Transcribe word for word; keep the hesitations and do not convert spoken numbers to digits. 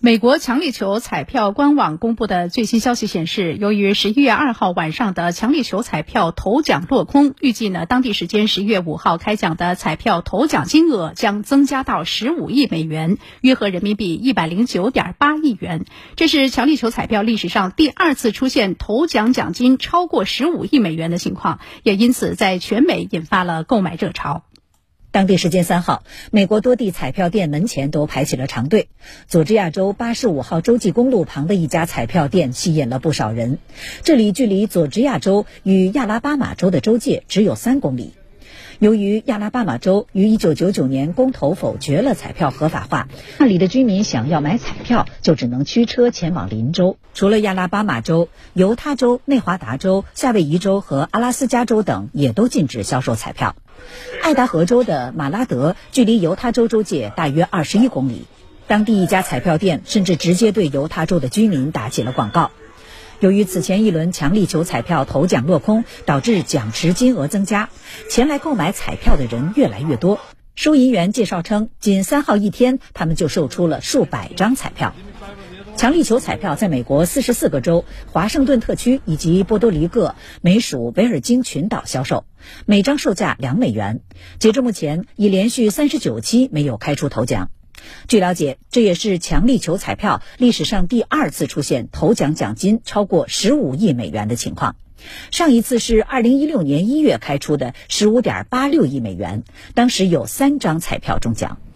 美国强力球彩票官网公布的最新消息显示，由于十一月二号晚上的强力球彩票头奖落空，预计呢当地时间十一月五号开奖的彩票头奖金额将增加到十五亿美元，约合人民币一百零九点八亿元。这是强力球彩票历史上第二次出现头奖奖金超过十五亿美元的情况，也因此在全美引发了购买热潮。 当地时间三号，美国多地彩票店门前都排起了长队。佐治亚州八十五号洲际公路旁的一家彩票店吸引了不少人。这里距离佐治亚州与亚拉巴马州的州界只有三公里。由于亚拉巴马州于一九九九年公投否决了彩票合法化，那里的居民想要买彩票就只能驱车前往邻州。除了亚拉巴马州，犹他州、内华达州、夏威夷州和阿拉斯加州等也都禁止销售彩票。爱达荷州的马拉德距离犹他州州界大约二十一公里，当地一家彩票店甚至直接对犹他州的居民打起了广告。由于此前一轮强力球彩票头奖落空，导致奖池金额增加，前来购买彩票的人越来越多。收银员介绍称，仅三号一天，他们就售出了数百张彩票。强力球彩票在美国四十四个州、华盛顿特区以及波多黎各、美属维尔京群岛销售，每张售价两美元。截至目前，已连续三十九期没有开出头奖。据了解，这也是强力球彩票历史上第二次出现头奖奖金超过十五亿美元的情况。上一次是二零一六年一月开出的十五点八六亿美元，当时有三张彩票中奖。